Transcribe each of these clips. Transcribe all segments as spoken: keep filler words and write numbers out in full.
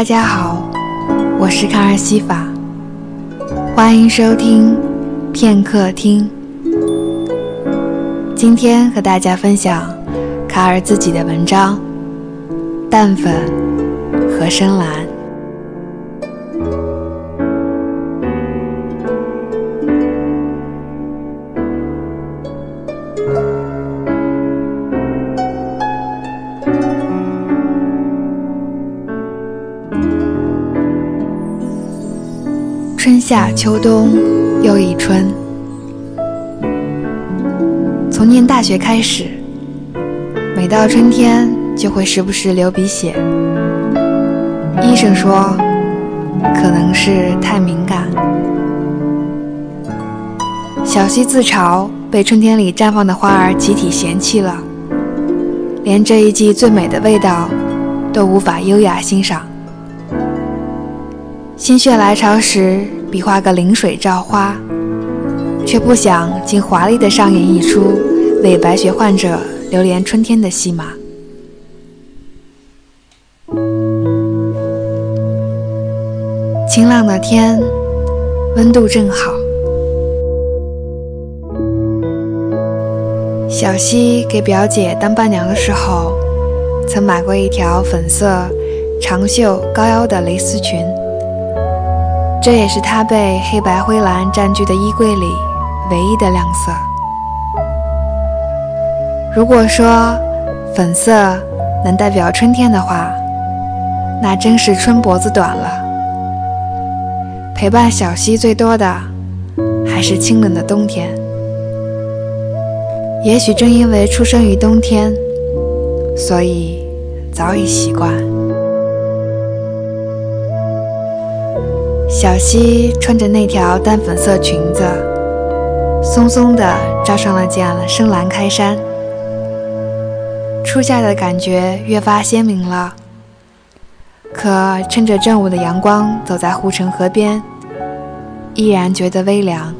大家好，我是卡尔西法，欢迎收听片刻听。今天和大家分享卡尔自己的文章《淡粉和深蓝》。春夏秋冬又一春，从念大学开始，每到春天就会时不时流鼻血。医生说可能是太敏感。小溪自嘲被春天里绽放的花儿集体嫌弃了，连这一季最美的味道都无法优雅欣赏。心血来潮时比划个临水照花，却不想竟华丽地上演一出为白血患者流连春天的戏码。晴朗的天，温度正好。小溪给表姐当伴娘的时候，曾买过一条粉色长袖高腰的蕾丝裙，这也是她被黑白灰蓝占据的衣柜里唯一的亮色。如果说粉色能代表春天的话，那真是春脖子短了。陪伴小溪最多的还是清冷的冬天。也许正因为出生于冬天，所以早已习惯。小溪穿着那条淡粉色裙子，松松地罩上了件深蓝开衫，初夏的感觉越发鲜明了。可趁着正午的阳光走在护城河边，依然觉得微凉。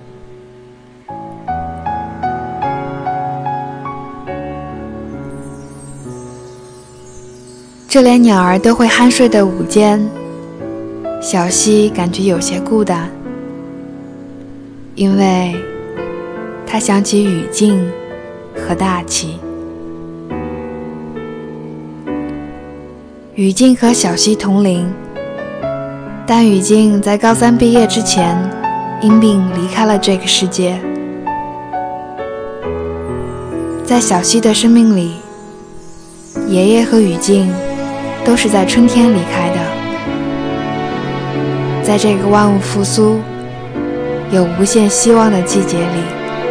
这连鸟儿都会酣睡的午间，小溪感觉有些孤单，因为他想起雨静和大齐。雨静和小溪同龄，但雨静在高三毕业之前因病离开了这个世界。在小溪的生命里，爷爷和雨静都是在春天离开的。在这个万物复苏、有无限希望的季节里，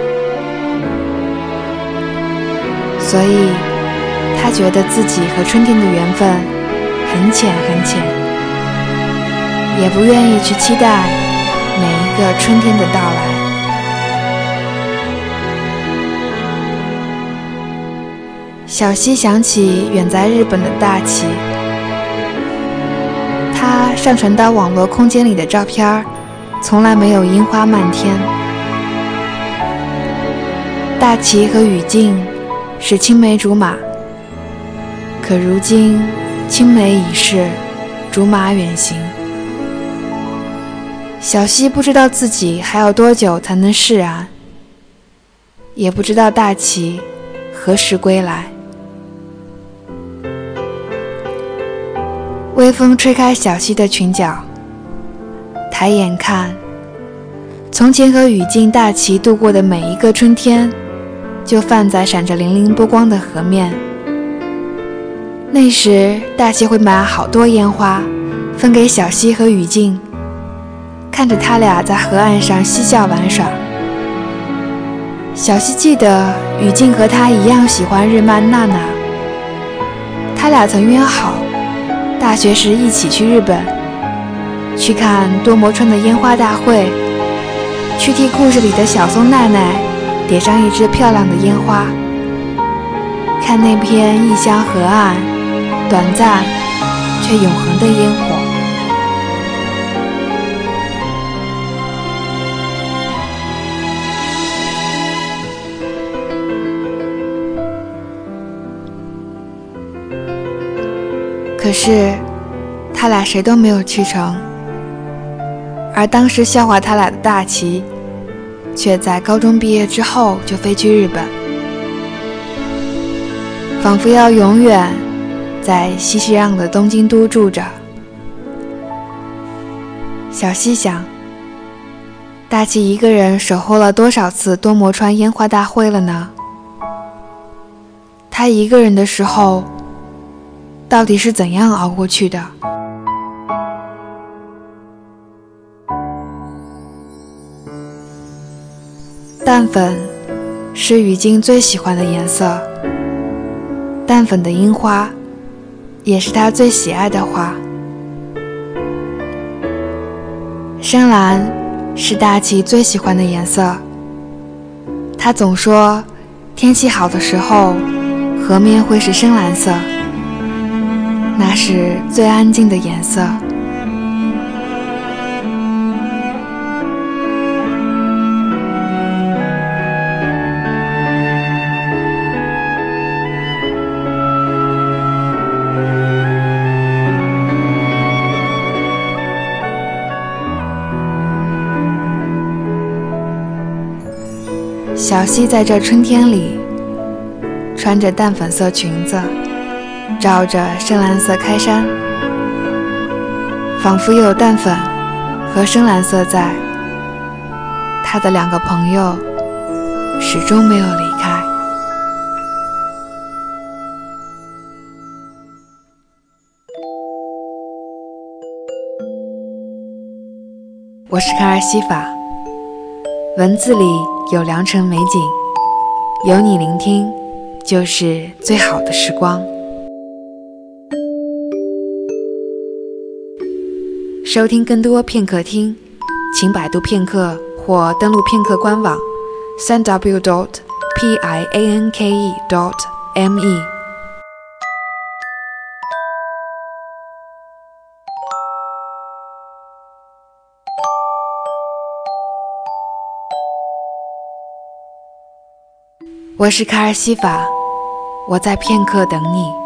所以他觉得自己和春天的缘分很浅很浅，也不愿意去期待每一个春天的到来。小溪想起远在日本的大齐，他上传到网络空间里的照片从来没有樱花漫天。大齐和雨静是青梅竹马，可如今青梅已逝，竹马远行。小溪不知道自己还有多久才能释然，也不知道大齐何时归来。微风吹开小溪的裙角，抬眼看，从前和雨静、大齐度过的每一个春天，就泛在闪着粼粼波光的河面。那时大齐会买好多烟花分给小溪和雨静，看着他俩在河岸上嬉笑玩耍。小溪记得雨静和他一样喜欢日漫娜娜，他俩曾约好大学时一起去日本，去看多摩川的烟花大会，去替故事里的小松奈奈点上一支漂亮的烟花，看那片异乡河岸短暂却永恒的烟火。可是他俩谁都没有去成，而当时笑话他俩的大齐却在高中毕业之后就飞去日本，仿佛要永远在熙熙攘攘的东京都住着。小西想，大齐一个人守候了多少次多摩川烟花大会了呢？他一个人的时候到底是怎样熬过去的？淡粉是雨静最喜欢的颜色，淡粉的樱花也是他最喜爱的花。深蓝是大齐最喜欢的颜色，他总说天气好的时候河面会是深蓝色，那是最安静的颜色。小溪在这春天里穿着淡粉色裙子，照着深蓝色开衫，仿佛有淡粉和深蓝色在，他的两个朋友始终没有离开。我是卡尔西法，文字里有良辰美景，有你聆听就是最好的时光。收听更多片刻听，请百度片刻或登录片刻官网 三 w dot p i a n k e dot m e。我是卡尔西法，我在片刻等你。